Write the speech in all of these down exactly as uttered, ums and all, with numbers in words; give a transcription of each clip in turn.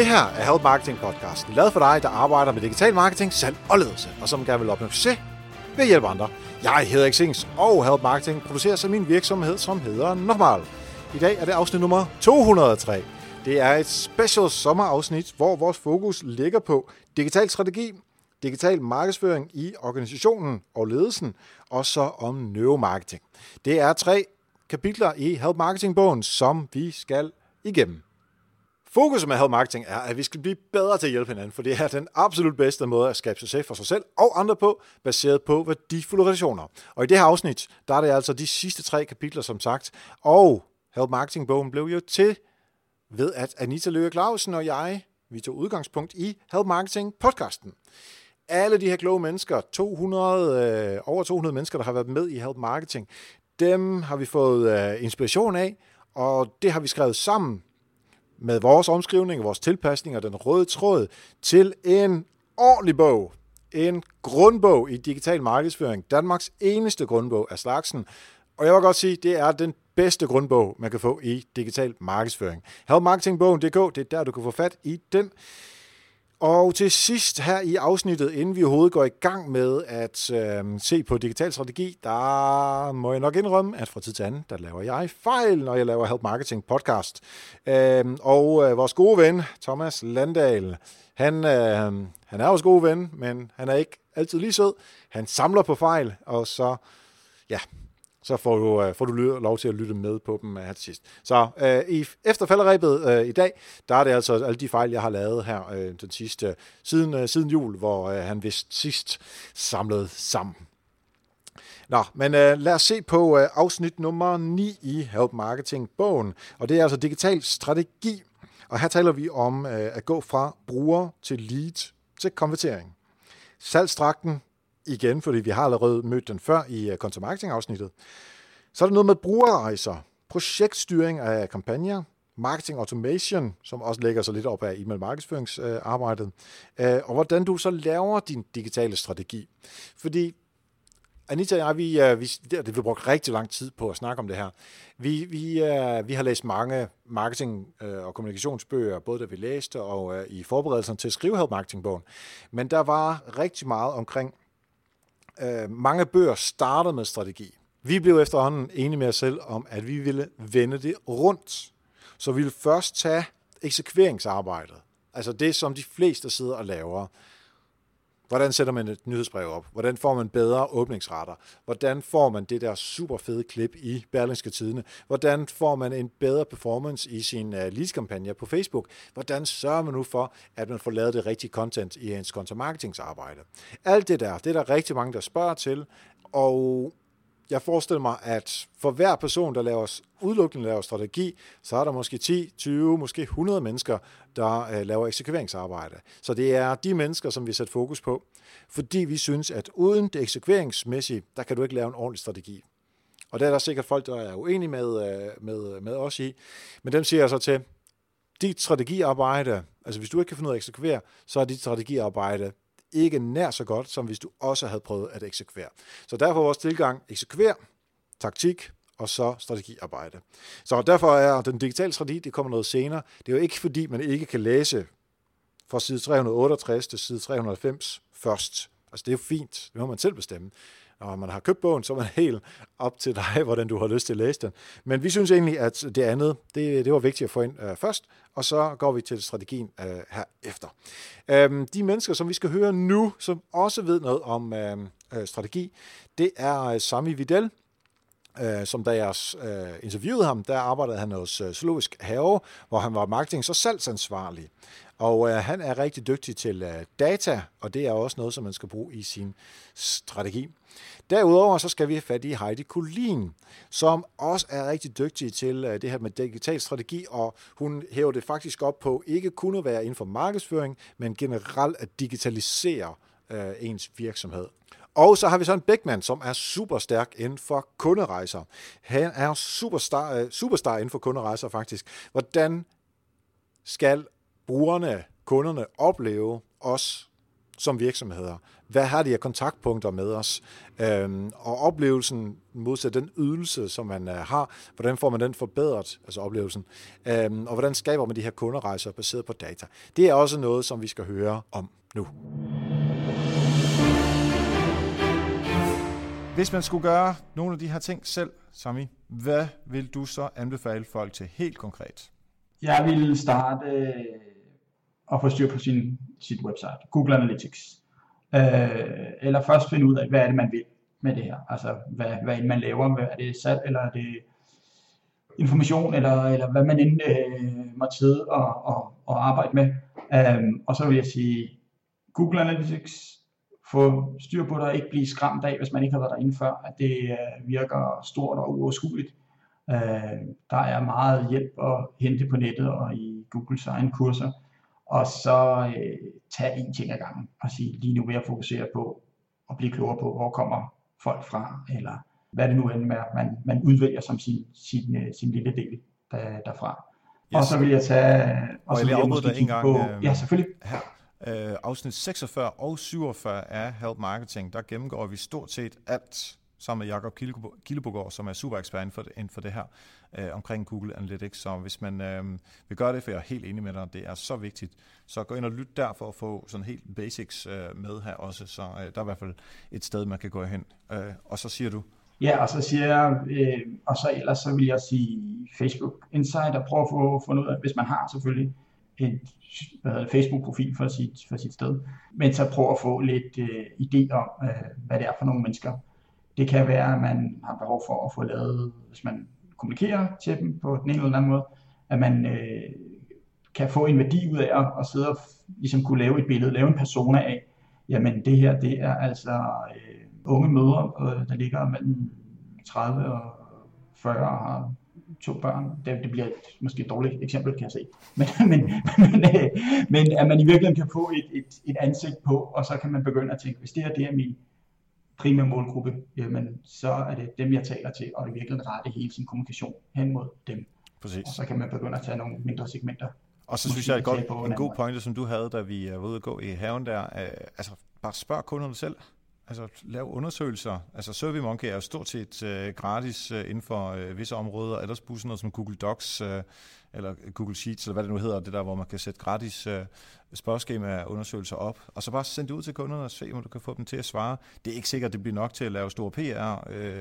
Det her er Help Marketing podcasten, lavet for dig, der arbejder med digital marketing, salg og ledelse, og som gerne vil opnå succes ved at hjælpe andre. Jeg hedder Xings, og Help Marketing producerer sig min virksomhed, som hedder Normal. I dag er det afsnit nummer to hundrede og tre. Det er et special sommerafsnit, hvor vores fokus ligger på digital strategi, digital markedsføring i organisationen og ledelsen, og så om neuromarketing. Det er tre kapitler i Help Marketing-bogen, som vi skal igennem. Fokuset med Help Marketing er, at vi skal blive bedre til at hjælpe hinanden, for det er den absolut bedste måde at skabe succes for sig selv og andre på, baseret på værdifulde relationer. Og i det her afsnit, der er det altså de sidste tre kapitler, som sagt, og Help Marketing-bogen blev jo til ved, at Anita Løkke Clausen og jeg, vi tog udgangspunkt i Help Marketing-podcasten. Alle de her kloge mennesker, to hundrede, øh, over to hundrede mennesker, der har været med i Help Marketing, dem har vi fået øh, inspiration af, og det har vi skrevet sammen med vores omskrivning, vores tilpasning og den røde tråd til en ordentlig bog. En grundbog i digital markedsføring. Danmarks eneste grundbog af slagsen. Og jeg vil godt sige, det er den bedste grundbog, man kan få i digital markedsføring. help marketing bogen punktum d k, det er der, du kan få fat i den. Og til sidst her i afsnittet, inden vi overhovedet går i gang med at øh, se på digital strategi, der må jeg nok indrømme, at fra tid til anden, der laver jeg fejl, når jeg laver Help Marketing podcast. Øh, og øh, vores gode ven, Thomas Landahl, han, øh, han er vores gode ven, men han er ikke altid lige sød. Han samler på fejl, og så, ja... så får du, får du lov til at lytte med på dem her til sidst. Så øh, i, efter falderæbet øh, i dag, der er det altså alle de fejl, jeg har lavet her øh, den sidste, siden, øh, siden jul, hvor øh, han vist sidst samlede sammen. Nå, men øh, lad os se på øh, afsnit nummer ni i Help Marketing-bogen, og det er altså digital strategi. Og her taler vi om øh, at gå fra bruger til lead til konvertering. Salgstrakten, igen, fordi vi har allerede mødt den før i content marketing-afsnittet. Så er der noget med brugerrejser, projektstyring af kampagner, marketing automation, som også lægger sig lidt op af e-mail markedsføringsarbejdet, og hvordan du så laver din digitale strategi. Fordi Anita og jeg, vi, vi, det, vi har brugt rigtig lang tid på at snakke om det her. Vi, vi, vi har læst mange marketing- og kommunikationsbøger, både da vi læste og i forberedelsen til at skrive Help Marketing-bogen. Men der var rigtig meget omkring Uh, mange bøger startede med strategi. Vi blev efterhånden enige med os selv om, at vi ville vende det rundt. Så vi ville først tage eksekveringsarbejdet. Altså det, som de fleste sidder og laver. Hvordan sætter man et nyhedsbrev op? Hvordan får man bedre åbningsrater? Hvordan får man det der super fede klip i Berlingske Tidende? Hvordan får man en bedre performance i sin uh, leadskampagne på Facebook? Hvordan sørger man nu for, at man får lavet det rigtige content i ens content marketingsarbejde? Alt det der, det er der rigtig mange, der spørger til, og jeg forestiller mig, at for hver person, der laver udelukkende laver strategi, så er der måske ti, tyve, måske hundrede mennesker, der øh, laver eksekveringsarbejde. Så det er de mennesker, som vi sætter fokus på, fordi vi synes, at uden det eksekveringsmæssige, der kan du ikke lave en ordentlig strategi. Og der er der sikkert folk, der er uenige med, øh, med, med os i, men dem siger jeg så til, dit strategiarbejde, altså hvis du ikke kan finde ud af at eksekvere, så er dit strategiarbejde ikke nær så godt, som hvis du også havde prøvet at eksekvere. Så derfor er vores tilgang eksekver, taktik og så strategiarbejde. Så derfor er den digitale strategi, det kommer noget senere. Det er jo ikke fordi, man ikke kan læse fra side tre hundrede og otteogtres til side tre hundrede og halvfems først. Altså det er jo fint, det må man selv bestemme. Når man har købt bogen, så er man helt op til dig, hvordan du har lyst til at læse den. Men vi synes egentlig, at det andet, det, det var vigtigt at få ind øh, først, og så går vi til strategien øh, herefter. Øhm, de mennesker, som vi skal høre nu, som også ved noget om øh, strategi, det er Sami Videl, øh, som da jeg øh, interviewede ham, der arbejdede han hos øh, Zoologisk Have, hvor han var marketing- og salgsansvarlig. Og øh, han er rigtig dygtig til øh, data, og det er også noget, som man skal bruge i sin strategi. Derudover så skal vi have fat i Heidi Collin, som også er rigtig dygtig til øh, det her med digital strategi, og hun hæver det faktisk op på ikke kun at være inden for markedsføring, men generelt at digitalisere øh, ens virksomhed. Og så har vi så en Beckmann, som er super stærk inden for kunderejser. Han er superstar, øh, superstar inden for kunderejser faktisk. Hvordan skal brugerne, kunderne opleve os som virksomheder? Hvad har de af kontaktpunkter med os? Øhm, og oplevelsen modsat den ydelse, som man øh, har, hvordan får man den forbedret, altså oplevelsen? Øhm, og hvordan skaber man de her kunderejser baseret på data? Det er også noget, som vi skal høre om nu. Hvis man skulle gøre nogle af de her ting selv, Sami, hvad vil du så anbefale folk til helt konkret? Jeg vil starte øh, at få styr på sin, sit website, Google Analytics. Øh, eller først finde ud af, hvad er det, man vil med det her. Altså, hvad, hvad man laver. Hvad er det salg, eller er det information, eller, eller hvad man end øh, må sidde og, og, og arbejde med. Øh, og så vil jeg sige, Google Analytics, få styr på det og ikke blive skræmt af, hvis man ikke har været derinde før, at det øh, virker stort og uoverskueligt. Øh, der er meget hjælp at hente på nettet og i Googles egen kurser. Og så øh, tage en ting ad gangen og sige, lige nu vil jeg fokusere på at blive klogere på, hvor kommer folk fra, eller hvad det nu end er, man, man udvælger som sin, sin, sin lille del der, derfra. Yes. Og så vil jeg tage... Og, og så jeg vil afbryde dig en gang. På, øh, ja, selvfølgelig. Her. Uh, afsnit seksogfyrre og syvogfyrre af Help Marketing, der gennemgår vi stort set alt sammen med Jakob Kildebogård, som er super ekspert inden for det, inden for det her, uh, omkring Google Analytics. Så hvis man uh, vil gøre det, for jeg er helt enig med dig, det er så vigtigt, så gå ind og lyt der for at få sådan helt basics uh, med her også. Så uh, der er i hvert fald et sted, man kan gå hen. Uh, og så siger du? Ja, og så siger jeg, øh, og så ellers så vil jeg sige Facebook Insight, og prøve at få fundet ud af, hvis man har selvfølgelig en Facebook-profil for sit, for sit sted, men så prøv at få lidt øh, idé om, øh, hvad det er for nogle mennesker. Det kan være, at man har behov for at få lavet, hvis man kommunikerer til dem på den ene eller anden måde, at man øh, kan få en værdi ud af at, at sidde og ligesom kunne lave et billede, lave en persona af, jamen det her, det er altså øh, unge mødre, øh, der ligger mellem tredive og fyrre og har to børn. Det, det bliver et, måske et dårligt eksempel, kan jeg se. Men, men, men, øh, men at man i virkeligheden kan få et, et, et ansigt på, og så kan man begynde at tænke, hvis det her det er min primære målgruppe, jamen, så er det dem, jeg taler til, og i virkeligheden rette hele sin kommunikation hen mod dem. Præcis. Og så kan man begynde at tage nogle mindre segmenter. Og så synes jeg, at en, en god pointe, som du havde, da vi var ude at gå i haven der, øh, altså bare spørg kunderne selv. Altså lave undersøgelser. Altså SurveyMonkey er jo stort set øh, gratis øh, inden for øh, visse områder. Ellers bruge sådan noget som Google Docs øh, eller Google Sheets, eller hvad det nu hedder, det der, hvor man kan sætte gratis øh, spørgeskema-undersøgelser op. Og så bare sende det ud til kunderne og se, om du kan få dem til at svare. Det er ikke sikkert, det bliver nok til at lave store P R øh,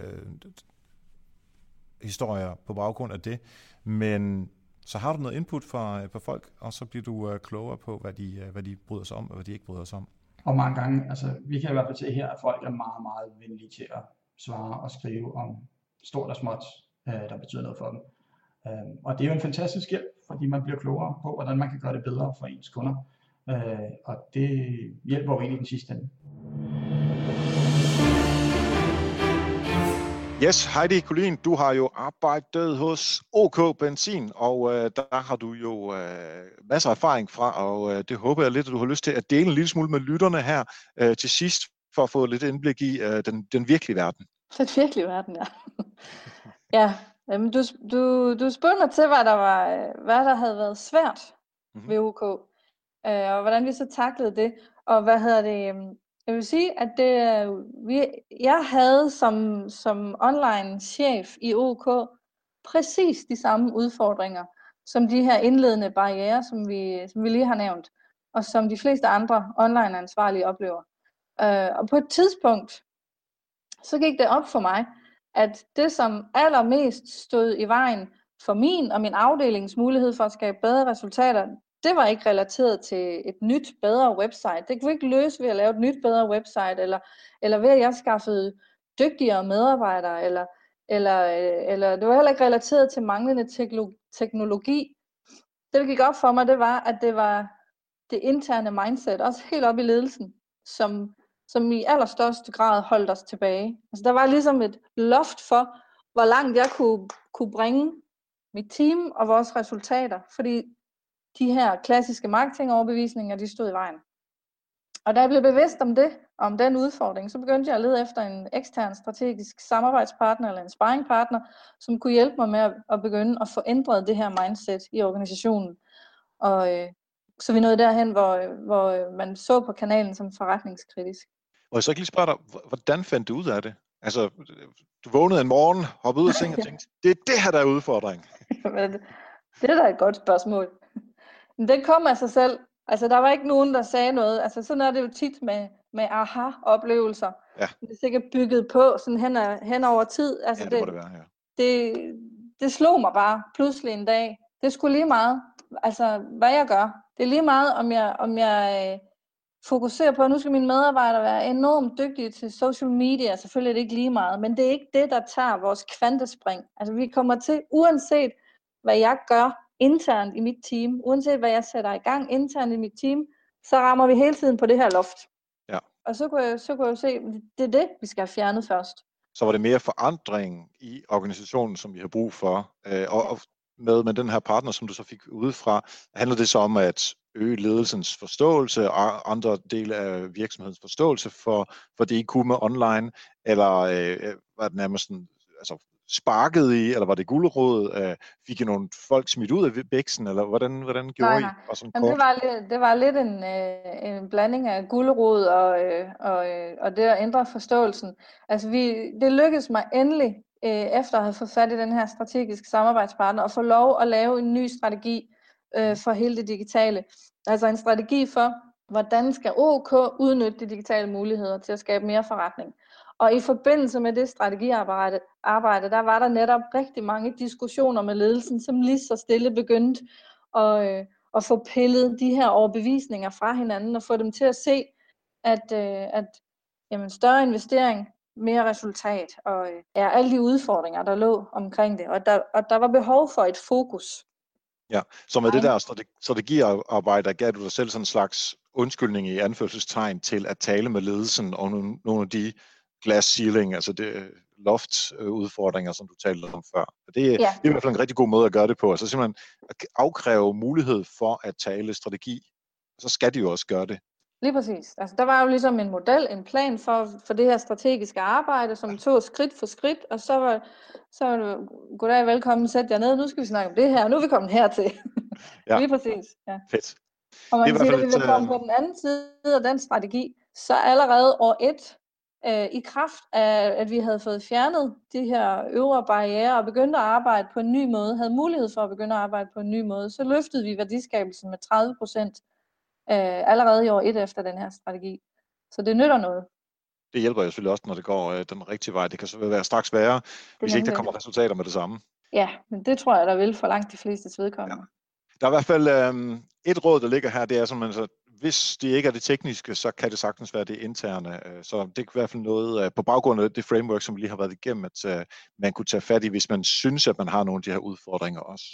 historier på baggrund af det. Men så har du noget input fra, fra folk, og så bliver du øh, klogere på, hvad de, øh, hvad de bryder sig om, og hvad de ikke bryder sig om. Og mange gange, altså vi kan i hvert fald se her, at folk er meget, meget venlige til at svare og skrive om stort og småt, øh, der betyder noget for dem. Øh, og det er jo en fantastisk hjælp, fordi man bliver klogere på, hvordan man kan gøre det bedre for ens kunder. Øh, og det hjælper jo egentlig den sidste ende. Yes, Heidi Collin, du har jo arbejdet hos OK Benzin, og øh, der har du jo øh, masser af erfaring fra, og øh, det håber jeg lidt, at du har lyst til at dele en lille smule med lytterne her øh, til sidst, for at få lidt indblik i øh, den, den virkelige verden. Den virkelige verden, ja. ja, jamen, du, du, du spurgte mig til, hvad der, var, hvad der havde været svært mm-hmm. ved OK, øh, og hvordan vi så taklede det, og hvad hedder det... Jeg vil sige, at det, vi, jeg havde som, som online-chef i OK præcis de samme udfordringer, som de her indledende barrierer, som vi, som vi lige har nævnt, og som de fleste andre online-ansvarlige oplever. Uh, og på et tidspunkt, så gik det op for mig, at det, som allermest stod i vejen for min og min afdelings mulighed for at skabe bedre resultater, det var ikke relateret til et nyt, bedre website. Det kunne vi ikke løse ved at lave et nyt, bedre website, eller, eller ved at jeg skaffede dygtigere medarbejdere, eller, eller, eller det var heller ikke relateret til manglende teknologi. Det, der gik op for mig, det var, at det var det interne mindset, også helt op i ledelsen, som, som i allerstørste grad holdt os tilbage. Altså, der var ligesom et loft for, hvor langt jeg kunne, kunne bringe mit team og vores resultater, fordi de her klassiske marketingoverbevisninger, de stod i vejen. Og da jeg blev bevidst om det, om den udfordring, så begyndte jeg at lede efter en ekstern strategisk samarbejdspartner eller en sparringpartner, som kunne hjælpe mig med at, at begynde at få ændret det her mindset i organisationen. Og øh, Så vi nåede derhen, hvor, hvor man så på kanalen som forretningskritisk. Og jeg så ikke lige spørge dig, hvordan fandt du ud af det? Altså, du vågnede en morgen, hoppede ud af sengen og tænkte, det er det her, der er udfordring. Det er da et godt spørgsmål. Men det kom af sig selv. Altså, der var ikke nogen, der sagde noget. Altså, sådan er det jo tit med, med aha-oplevelser. Ja. Det er sikkert bygget på sådan hen, hen over tid. Altså, ja, det, det må det være, ja. Det, det slog mig bare pludselig en dag. Det skulle lige meget. Altså, hvad jeg gør. Det er lige meget, om jeg, om jeg øh, fokuserer på, at nu skal mine medarbejdere være enormt dygtige til social media. Selvfølgelig er det ikke lige meget, men det er ikke det, der tager vores kvantespring. Altså, vi kommer til, uanset hvad jeg gør internt i mit team, uanset hvad jeg sætter i gang internt i mit team, så rammer vi hele tiden på det her loft. Ja. Og så kunne jeg, så kunne jeg se, det er det, vi skal have fjernet først. Så var det mere forandring i organisationen, som vi har brug for. Øh, og, og med, med den her partner, som du så fik udefra, handler det så om at øge ledelsens forståelse og andre dele af virksomhedens forståelse for, for det, I kunne med online, eller øh, var det nærmest sådan, altså sparket i, eller var det gulerod? Øh, fik I nogle folk smidt ud af bæksen, eller hvordan, hvordan gjorde nej, nej. I? Og sådan Jamen, kort? Det, var lidt, det var lidt en, øh, en blanding af gulerod og, øh, og, øh, og det at ændre forståelsen. Altså, vi, det lykkedes mig endelig, øh, efter at have fået fat i den her strategiske samarbejdspartner, at få lov at lave en ny strategi øh, for hele det digitale. Altså en strategi for, hvordan skal O K udnytte de digitale muligheder til at skabe mere forretning. Og i forbindelse med det strategiarbejde, arbejde, der var der netop rigtig mange diskussioner med ledelsen, som lige så stille begyndte at, øh, at få pillet de her overbevisninger fra hinanden, og få dem til at se, at, øh, at jamen, større investering, mere resultat, og øh, ja, alle de udfordringer, der lå omkring det. Og der, og der var behov for et fokus. Ja, så med det der strategiarbejde, gav du dig selv sådan en slags undskyldning i anførselstegn til at tale med ledelsen og nogle, nogle af de glass ceiling, altså det loft-udfordringer, som du talte om før. Det er, ja. det er i hvert fald en rigtig god måde at gøre det på. Altså simpelthen at afkræve mulighed for at tale strategi, så skal de jo også gøre det. Lige præcis. Altså, der var jo ligesom en model, en plan for, for det her strategiske arbejde, som tog skridt for skridt, og så var, så var det, goddag, velkommen, sæt jer ned, nu skal vi snakke om det her, og nu er vi kommet hertil. Ja. Lige præcis. Ja. Fedt. Og man det kan sige, at vi vil komme på den anden side af den strategi, så allerede år et, øh, i kraft af, at vi havde fået fjernet de her øvre barrierer og begyndte at arbejde på en ny måde, havde mulighed for at begynde at arbejde på en ny måde, så løftede vi værdiskabelsen med tredive procent. Øh, allerede i år et efter den her strategi. Så det nytter noget. Det hjælper jo selvfølgelig også, når det går øh, den rigtige vej. Det kan så være straks værre, hvis ikke der kommer resultater med det samme. Ja, men det tror jeg, der vil for langt de flestes vedkommende. Ja. Der er i hvert fald øh, et råd, der ligger her, det er som altså, hvis det ikke er det tekniske, så kan det sagtens være det interne. Så det er i hvert fald noget øh, på baggrund af det framework, som vi lige har været igennem, at øh, man kunne tage fat i, hvis man synes, at man har nogle af de her udfordringer også.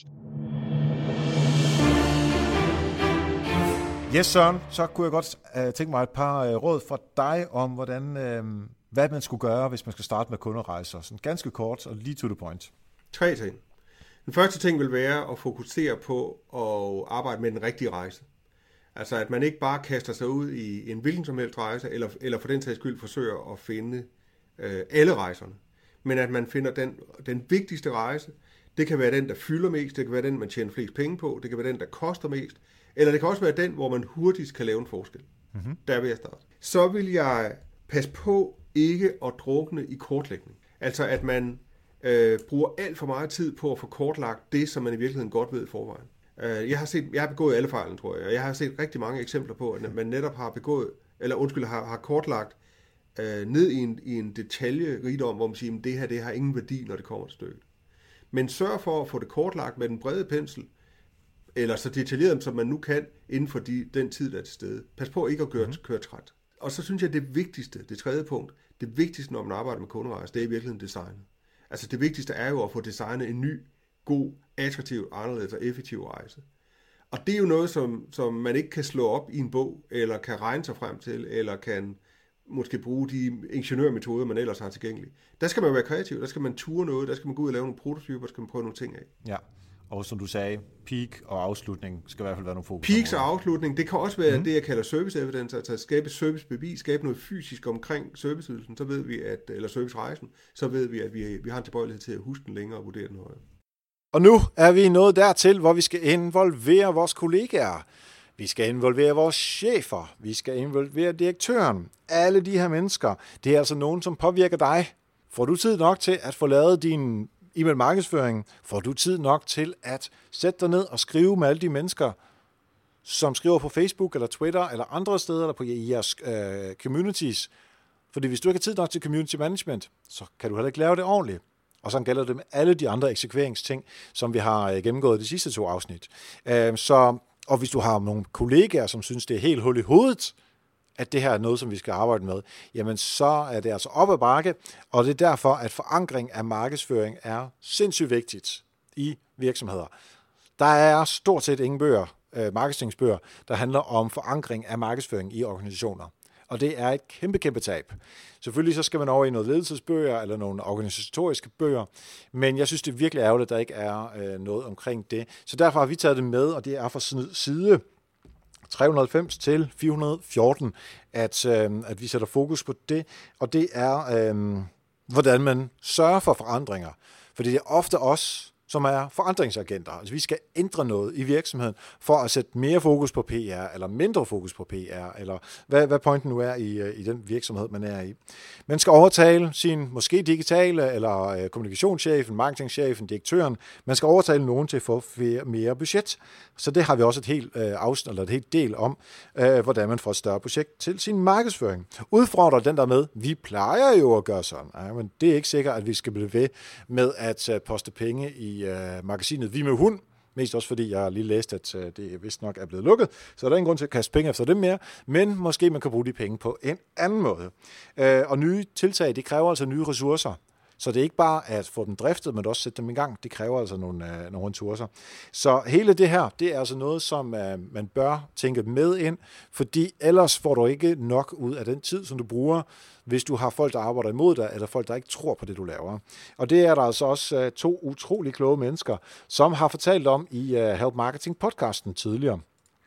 Yes, Søren, så kunne jeg godt uh, tænke mig et par uh, råd fra dig om, hvordan, uh, hvad man skulle gøre, hvis man skal starte med kunderejser. Sådan ganske kort og lige to the point. Tre ting. Den første ting vil være at fokusere på at arbejde med den rigtige rejse. Altså at man ikke bare kaster sig ud i en hvilken som helst rejse, eller, eller for den sags skyld forsøger at finde uh, alle rejserne. Men at man finder den, den vigtigste rejse. Det kan være den, der fylder mest, det kan være den, man tjener flest penge på, det kan være den, der koster mest, eller det kan også være den, hvor man hurtigst kan lave en forskel. Mm-hmm. Der vil jeg starte. Så vil jeg passe på ikke at drukne i kortlægning. Altså at man øh, bruger alt for meget tid på at få kortlagt det, som man i virkeligheden godt ved i forvejen. Øh, jeg har set, jeg har begået alle fejlen, tror jeg, og jeg har set rigtig mange eksempler på, at man netop har begået, eller undskyld, har, har kortlagt øh, ned i en, i en detaljerigdom, hvor man siger, at det her det har ingen værdi, når det kommer til stykket. Men sørg for at få det kortlagt med den brede pensel, eller så detaljeret, som man nu kan, inden for de, den tid, der er til stede. Pas på ikke at køre, mm. køre træt. Og så synes jeg, det vigtigste, det tredje punkt, det vigtigste, når man arbejder med kunderejse, det er i virkeligheden designet. Altså det vigtigste er jo at få designet en ny, god, attraktiv, anderledes og effektiv rejse. Og det er jo noget, som, som man ikke kan slå op i en bog, eller kan regne sig frem til, eller kan måske bruge de ingeniørmetoder, man ellers har tilgængelige. Der skal man være kreativ, der skal man ture noget, der skal man gå ud og lave nogle prototyper, der skal man prøve nogle ting af. Ja. Og som du sagde, peak og afslutning skal i hvert fald være nogle fokus. Peaks og afslutning, det kan også være mm. det, jeg kalder service evidence, altså at skabe servicebevis, skabe noget fysisk omkring serviceydelsen, så ved vi, at, eller servicerejsen, så ved vi, at vi, vi har en tilbøjelighed til at huske den længere og vurdere den højere. Og nu er vi nået dertil, hvor vi skal involvere vores kollegaer. Vi skal involvere vores chefer. Vi skal involvere direktøren. Alle de her mennesker, det er altså nogen, som påvirker dig. Får du tid nok til at få lavet din e-mail markedsføring? Får du tid nok til at sætte dig ned og skrive med alle de mennesker, som skriver på Facebook eller Twitter eller andre steder, eller på jeres øh, communities? Fordi hvis du ikke har tid nok til community management, så kan du heller ikke lave det ordentligt. Og så gælder det med alle de andre eksekveringsting, som vi har øh, gennemgået de sidste to afsnit. Øh, så, og hvis du har nogle kollegaer, som synes, det er helt hul i hovedet, at det her er noget, som vi skal arbejde med, jamen så er det altså op ad bakke, og det er derfor, at forankring af markedsføring er sindssygt vigtigt i virksomheder. Der er stort set ingen bøger, øh, marketingsbøger, der handler om forankring af markedsføring i organisationer. Og det er et kæmpe, kæmpe tab. Selvfølgelig så skal man over i noget ledelsesbøger eller nogle organisatoriske bøger, men jeg synes, det er virkelig ærgerligt, at der ikke er øh, noget omkring det. Så derfor har vi taget det med, og det er fra side tre hundrede og halvfems til fire hundrede og fjorten, at, øh, at vi sætter fokus på det, og det er, øh, hvordan man sørger for forandringer. Fordi det er ofte os, som er forandringsagenter. Altså vi skal ændre noget i virksomheden for at sætte mere fokus på P R, eller mindre fokus på P R, eller hvad, hvad pointen nu er i, i den virksomhed, man er i. Man skal overtale sin måske digitale, eller øh, kommunikationschefen, marketingchefen, direktøren. Man skal overtale nogen til at få mere budget. Så det har vi også et helt øh, afsnit, eller et helt del om, øh, hvordan man får et større projekt til sin markedsføring. Udfordrer den der med, vi plejer jo at gøre sådan. Ja, men det er ikke sikkert, at vi skal blive ved med at uh, poste penge i uh, magasinet Vi med Hund. Mest også fordi jeg lige læste, at uh, det vist nok er blevet lukket. Så der er ingen grund til at kaste penge efter dem mere. Men måske man kan bruge de penge på en anden måde. Uh, og nye tiltag, det kræver altså nye ressourcer. Så det er ikke bare at få dem driftet, men også sætte dem i gang. Det kræver altså nogle, øh, nogle ressourcer. Så hele det her, det er altså noget, som øh, man bør tænke med ind, fordi ellers får du ikke nok ud af den tid, som du bruger, hvis du har folk, der arbejder imod dig, eller folk, der ikke tror på det, du laver. Og det er der altså også øh, to utrolig kloge mennesker, som har fortalt om i øh, Help Marketing podcasten tidligere.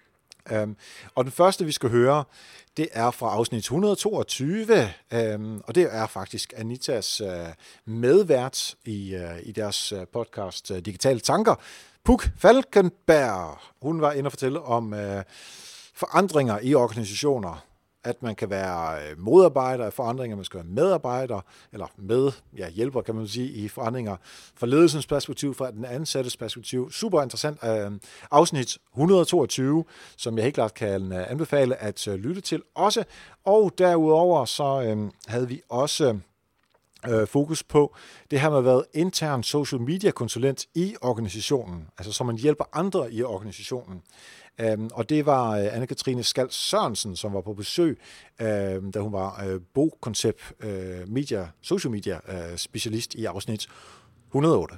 Um, og den første, vi skal høre, det er fra afsnit et hundrede og toogtyve, um, og det er faktisk Anitas uh, medvært i, uh, i deres uh, podcast uh, Digitale Tanker, Puk Falkenberg. Hun var inde og fortælle om uh, forandringer i organisationer, at man kan være modarbejder af forandringer, man skal være medarbejder, eller med, ja, hjælper, kan man sige, i forandringer fra ledelsens perspektiv, fra den ansattes perspektiv. Super interessant uh, afsnit et hundrede og toogtyve, som jeg helt klart kan uh, anbefale at uh, lytte til også. Og derudover så uh, havde vi også uh, fokus på det her med at være intern social media konsulent i organisationen, altså så man hjælper andre i organisationen. Um, og det var uh, Anne-Katrine Skald Sørensen, som var på besøg, uh, da hun var uh, Bo-koncept uh, media, social media uh, specialist i afsnit et hundrede og otte.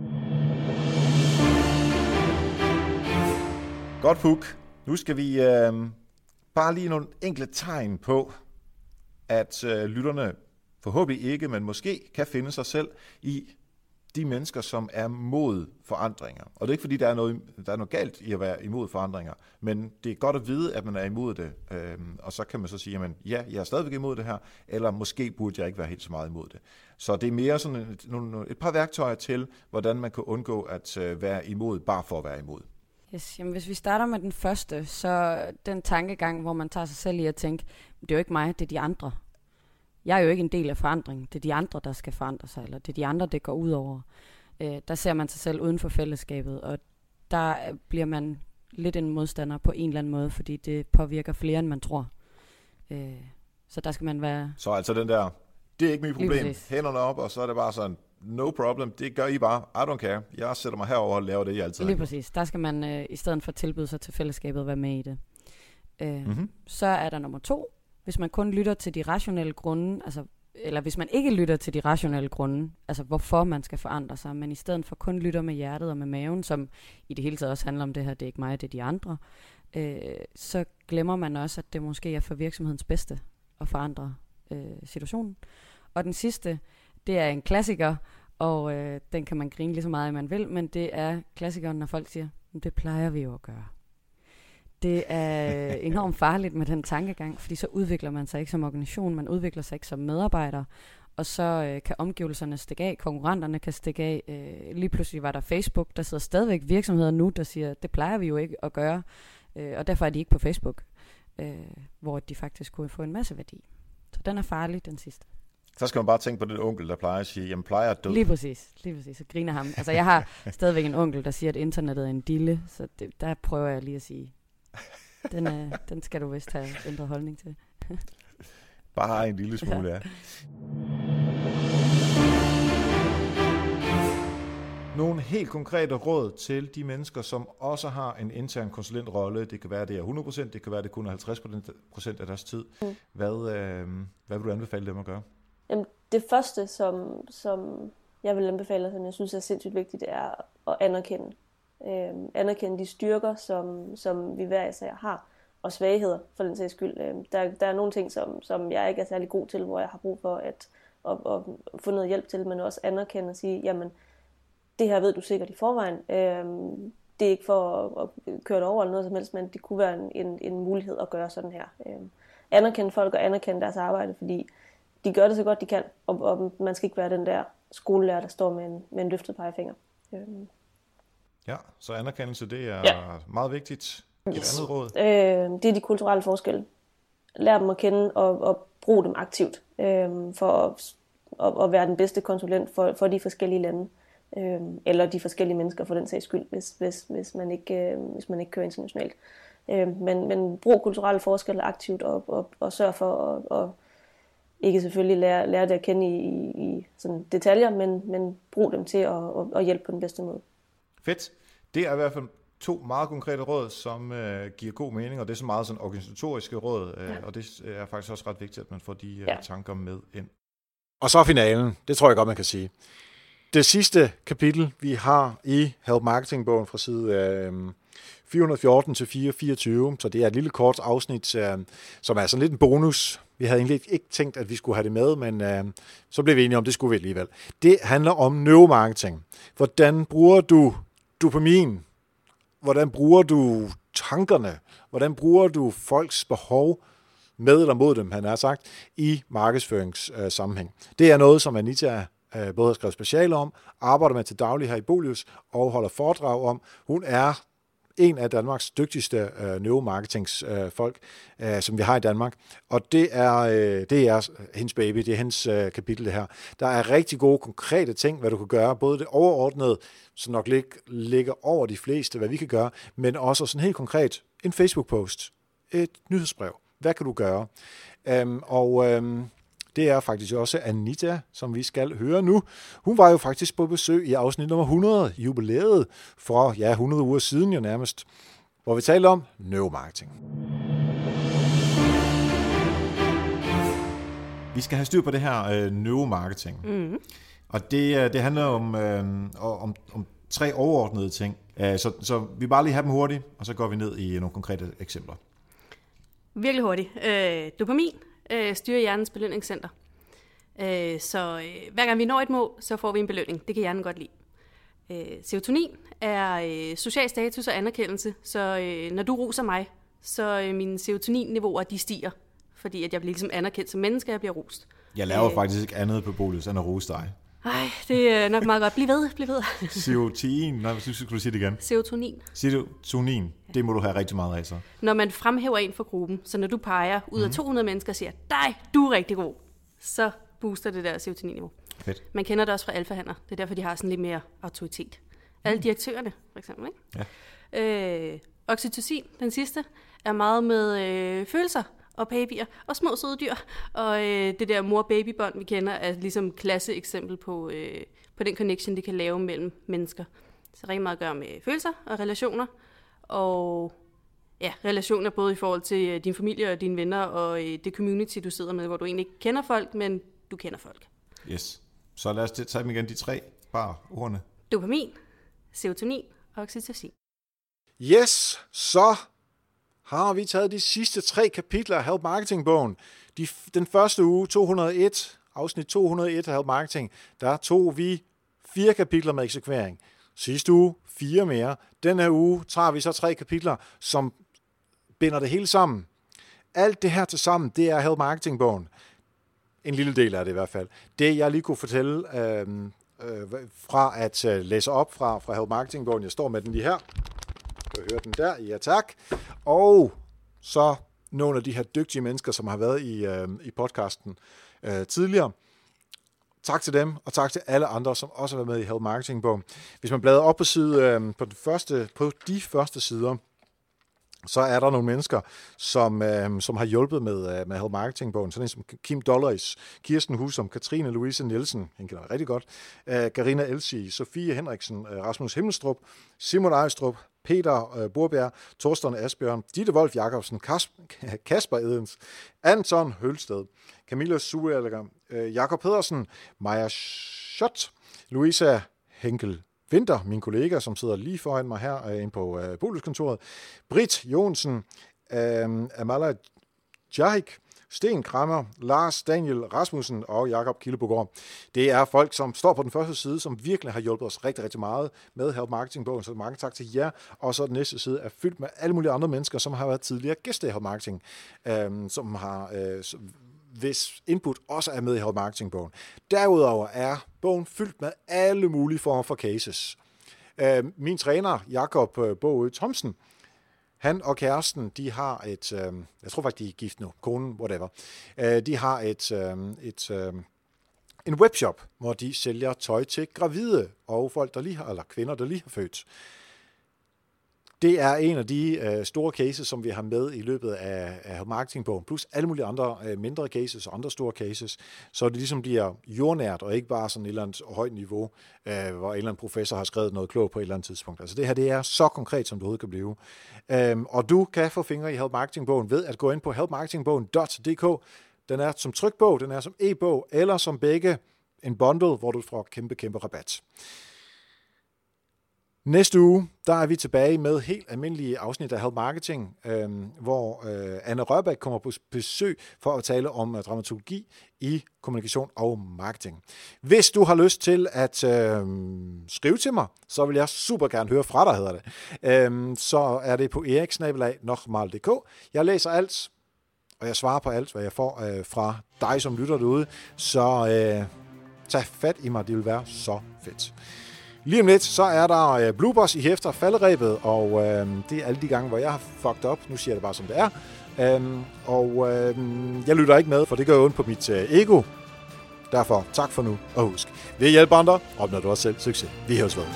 Godt, Puk. Nu skal vi uh, bare lige nogle enkelte tegn på, at uh, lytterne forhåbentlig ikke, men måske kan finde sig selv i de mennesker, som er mod forandringer. Og det er ikke, fordi der er noget, der er noget galt i at være imod forandringer, men det er godt at vide, at man er imod det. Øhm, og så kan man så sige, jamen ja, jeg er stadigvæk imod det her, eller måske burde jeg ikke være helt så meget imod det. Så det er mere sådan et, et par værktøjer til, hvordan man kan undgå at være imod, bare for at være imod. Yes, jamen hvis vi starter med den første, så den tankegang, hvor man tager sig selv i at tænke, det er jo ikke mig, det er de andre. Jeg er jo ikke en del af forandringen. Det er de andre, der skal forandre sig, eller det er de andre, det går ud over. Øh, der ser man sig selv uden for fællesskabet, og der bliver man lidt en modstander på en eller anden måde, fordi det påvirker flere, end man tror. Øh, så der skal man være... Så altså den der, det er ikke mit problem, hænderne op, og så er det bare sådan, no problem, det gør I bare, I don't care. Jeg sætter mig herover og laver det, jeg altid har. Lige præcis. Der skal man øh, i stedet for at tilbyde sig til fællesskabet, være med i det. Øh, mm-hmm. Så er der nummer to. Hvis man kun lytter til de rationelle grunde, altså, eller hvis man ikke lytter til de rationelle grunde, altså hvorfor man skal forandre sig, men i stedet for kun lytter med hjertet og med maven, som i det hele taget også handler om det her, det er ikke mig, det er de andre, øh, så glemmer man også, at det måske er for virksomhedens bedste at forandre øh, situationen. Og den sidste, det er en klassiker, og øh, den kan man grine lige så meget, man vil, men det er klassikeren, når folk siger, det plejer vi jo at gøre. Det er enormt farligt med den tankegang, fordi så udvikler man sig ikke som organisation, man udvikler sig ikke som medarbejder, og så øh, kan omgivelserne stikke af, konkurrenterne kan stikke af. Øh, lige pludselig var der Facebook, der sidder stadigvæk virksomheder nu, der siger, det plejer vi jo ikke at gøre. Øh, og derfor er de ikke på Facebook, øh, hvor de faktisk kunne få en masse værdi. Så den er farlig, den sidste. Så skal man bare tænke på den onkel, der plejer at sige, jamen plejer at dø. Lige præcis, lige præcis. Så griner ham. Altså jeg har stadigvæk en onkel, der siger, at internettet er en dille, så det, der prøver jeg lige at sige, den, er, den skal du vist have ændret holdning til. Bare en lille smule, ja. ja. Nogle helt konkrete råd til de mennesker, som også har en intern konsulentrolle. Det kan være, det er hundrede procent, det kan være, det kun er halvtreds procent af deres tid. Mm. Hvad, øh, hvad vil du anbefale dem at gøre? Jamen, det første, som, som jeg vil anbefale, som jeg synes er sindssygt vigtigt, det er at anerkende. Øh, anerkende de styrker, som, som vi hver især har, og svagheder for den sags skyld. Øh, der, der er nogle ting, som, som jeg ikke er særlig god til, hvor jeg har brug for at, at, at få noget hjælp til, men også anerkende og sige, jamen, det her ved du sikkert i forvejen. Øhm, det er ikke for at, at køre det over eller noget som helst, men det kunne være en, en, en mulighed at gøre sådan her. Øhm, anerkende folk og anerkende deres arbejde, fordi de gør det så godt de kan, og, og man skal ikke være den der skolelærer, der står med en, med en løftet pegefinger. Øhm. Ja, så anerkendelse, det er ja. meget vigtigt. Et yes. andet råd? Øh, det er de kulturelle forskelle. Lær dem at kende og, og brug dem aktivt, øh, for at, at, at være den bedste konsulent for, for de forskellige lande. Øh, eller de forskellige mennesker for den sags skyld, hvis, hvis, hvis, man, ikke, øh, hvis man ikke kører internationalt. Øh, men, men brug kulturelle forskelle aktivt og, og, og sørg for at og ikke selvfølgelig lære, lære det at kende i, i, i sådan detaljer, men, men brug dem til at, at, at hjælpe på den bedste måde. Fedt. Det er i hvert fald to meget konkrete råd, som øh, giver god mening, og det er så meget sådan organisatoriske råd, øh, ja. og det er faktisk også ret vigtigt, at man får de øh, ja. tanker med ind. Og så finalen, det tror jeg godt, man kan sige. Det sidste kapitel, vi har i Help Marketing-bogen fra side øh, fire hundrede og fjorten til fire hundrede og fireogtyve, så det er et lille kort afsnit, øh, som er sådan lidt en bonus. Vi havde egentlig ikke tænkt, at vi skulle have det med, men øh, så blev vi enige om, det skulle vi alligevel. Det handler om neuromarketing. Hvordan bruger du dopamin? Hvordan bruger du tankerne? Hvordan bruger du folks behov med eller mod dem, han har sagt, i markedsføringssammenhæng? Det er noget, som Anita både har skrevet speciale om, arbejder med til daglig her i Bolius og holder foredrag om. Hun er en af Danmarks dygtigste øh, neuromarketingsfolk, øh, øh, som vi har i Danmark. Og det er, øh, det er hendes baby, det er hendes øh, kapitel det her. Der er rigtig gode, konkrete ting, hvad du kan gøre. Både det overordnede, som nok lig, ligger over de fleste, hvad vi kan gøre, men også sådan helt konkret en Facebook-post, et nyhedsbrev. Hvad kan du gøre? Øhm, og øhm, det er faktisk også Anita, som vi skal høre nu. Hun var jo faktisk på besøg i afsnit nummer hundrede, jubilæet for ja, hundrede uger siden jo nærmest, hvor vi talte om neuromarketing. Vi skal have styr på det her øh, neuromarketing. Mm. Og det, det handler om, øh, om, om tre overordnede ting. Uh, så, så vi bare lige have dem hurtigt, og så går vi ned i nogle konkrete eksempler. Virkelig hurtigt. Øh, dopamin øh, styrer hjernens belønningscenter. Øh, så øh, hver gang vi når et mål, så får vi en belønning. Det kan hjernen godt lide. Øh, serotonin er øh, social status og anerkendelse. Så øh, når du roser mig, så øh, mine serotoninniveauer de stiger. Fordi at jeg bliver ligesom anerkendt som menneske, og jeg bliver rost. Jeg laver øh, faktisk ikke andet på Bolius end at rose dig. Ej, det er nok meget godt. Bliv ved, bliv ved. Serotonin, nej, jeg synes, skulle du sige det igen. Serotonin. Serotonin, det må du have rigtig meget af så. Når man fremhæver en for gruppen, så når du peger ud af mm. to hundrede mennesker og siger, dig, du er rigtig god, så booster det der serotoninniveau. Fedt. Man kender det også fra alfahanner. Det er derfor, de har sådan lidt mere autoritet. Alle direktørerne, for eksempel. Ikke? Ja. Øh, oxytocin, den sidste, er meget med øh, følelser og babyer og små søde dyr. Og øh, det der mor-baby-bånd, vi kender, er ligesom klasse eksempel på, øh, på den connection, det kan lave mellem mennesker. Så rigtig meget at gøre med følelser og relationer. Og ja, relationer både i forhold til øh, din familie og dine venner og øh, det community, du sidder med, hvor du egentlig ikke kender folk, men du kender folk. Yes. Så lad os tage dem igen, de tre bare ordene. Dopamin, serotonin og oxytocin. Yes, så har vi taget de sidste tre kapitler af Help Marketing-bogen. De, den første uge, to hundrede og en, afsnit to hundrede og en af Help Marketing, der tog vi fire kapitler med eksekvering. Sidste uge, fire mere. Den her uge tager vi så tre kapitler, som binder det hele sammen. Alt det her til sammen, det er Help Marketing-bogen. En lille del af det i hvert fald. Det, jeg lige kunne fortælle øh, øh, fra at øh, læse op fra, fra Help Marketing-bogen, jeg står med den lige her. Du høre den der, ja tak. Og så nogle af de her dygtige mennesker, som har været i, øh, i podcasten øh, tidligere. Tak til dem, og tak til alle andre, som også har været med i Help Marketing-bogen. Hvis man bladrer op på, side, øh, på, den første, på de første sider, så er der nogle mennesker, som, øh, som har hjulpet med, øh, med Help Marketing-bogen. Sådan en som Kim Dolleris, Kirsten Husum, Katrine Louise Nielsen, hende kender jeg rigtig godt, øh, Carina Elsie, Sofie Henriksen, øh, Rasmus Himmelstrup, Simon Ejstrup, Peter øh, Borbjerg, Torsten Asbjørn, Ditte Wolf Jacobsen, Kasper, Kasper Edens, Anton Hølsted, Camilla Suelger, øh, Jakob Pedersen, Maja Schott, Louisa Henkel Vinter, min kollega, som sidder lige foran mig her øh, inde på øh, Boligkontoret, Britt Jonsen, øh, Amala Jahik, Sten Krammer, Lars Daniel Rasmussen og Jakob Kildebogård. Det er folk, som står på den første side, som virkelig har hjulpet os rigtig, rigtig meget med Help Marketing-bogen, så mange tak til jer. Og så den næste side er fyldt med alle mulige andre mennesker, som har været tidligere gæster i Help Marketing, øh, som har... Øh, hvis input også er med i Help Marketing-bogen. Derudover er bogen fyldt med alle mulige former for cases. Øh, min træner, Jakob Bogø Thomsen, han og kæresten, de har et, øh, jeg tror faktisk, de er gift nu, konen, whatever, øh, de har et, øh, et, øh, en webshop, hvor de sælger tøj til gravide og folk, der lige har, eller kvinder, der lige har født. Det er en af de øh, store cases, som vi har med i løbet af, af marketingbogen, plus alle mulige andre øh, mindre cases og andre store cases, så det ligesom bliver jordnært og ikke bare sådan et eller andet højt niveau, øh, hvor en eller anden professor har skrevet noget klogt på et eller andet tidspunkt. Altså det her, det er så konkret, som det overhovedet kan blive. Øhm, og du kan få fingre i Help Marketing-bogen ved at gå ind på help marketing bogen punktum d k. Den er som trykbog, den er som e-bog, eller som begge en bundle, hvor du får kæmpe, kæmpe rabat. Næste uge, der er vi tilbage med helt almindelige afsnit af Help Marketing, øh, hvor øh, Anne Rørbæk kommer på besøg for at tale om uh, dramaturgi i kommunikation og marketing. Hvis du har lyst til at øh, skrive til mig, så vil jeg super gerne høre fra dig, hedder det. Øh, så er det på erik snabel-a nochmal punktum d k. Jeg læser alt, og jeg svarer på alt, hvad jeg får øh, fra dig, som lytter derude. Så øh, tag fat i mig, det vil være så fedt. Lige om lidt, så er der øh, bloopers i hæfter falderæbet, og øh, det er alle de gange, hvor jeg har fucked up. Nu siger jeg det bare, som det er. Øhm, og øh, jeg lytter ikke med, for det gør ondt på mit øh, ego. Derfor tak for nu, og husk, ved at hjælpe andre, opnår du også selv succes. Vi høres ved.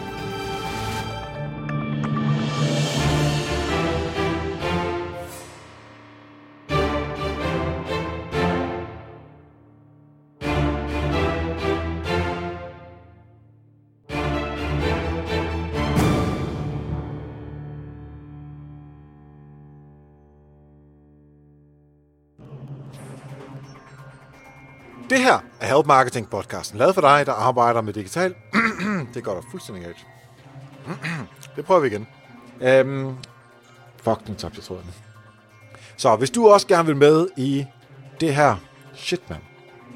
Det her er Help Marketing podcasten, lavet for dig, der arbejder med digital. Det går da fuldstændig galt. Det prøver vi igen. Um, fuck, nu tabte jeg tråden. Så hvis du også gerne vil med i det her, shit man.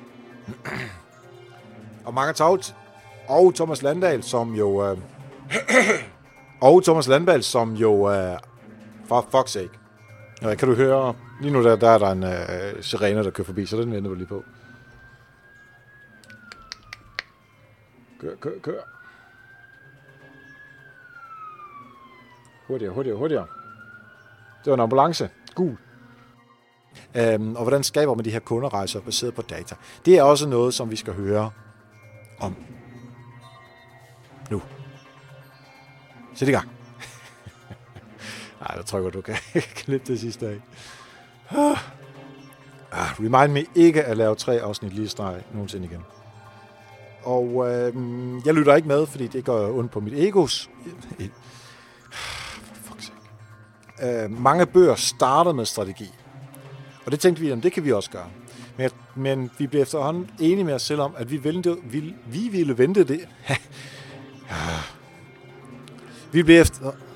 Og mange tak, og Thomas Landahl, som jo... Uh, og Thomas Landball, som jo... Uh, for fuck's sake. Uh, kan du høre... Lige nu der, der er der en uh, sirene, der kører forbi, så den vender vi lige på. Kør, kør, kør. Hurtigere, hurtigere, hurtigere. Det var en ambulance. Gul. Øhm, og hvordan skaber man de her kunderejser baseret på data? Det er også noget, som vi skal høre om nu. Sæt i gang. Nej, der trykker du kan klippe det sidste af. Ah, remind me ikke at lave tre afsnit lige streg nogensinde igen. Og øh, jeg lytter ikke med, fordi det går ondt på mit egos. Øh, mange bøger starter med strategi. Og det tænkte vi, at det kan vi også gøre. Men, men vi blev efterhånden enige med os selv om, at vi ville, vi, vi ville vente det. vi blev efter...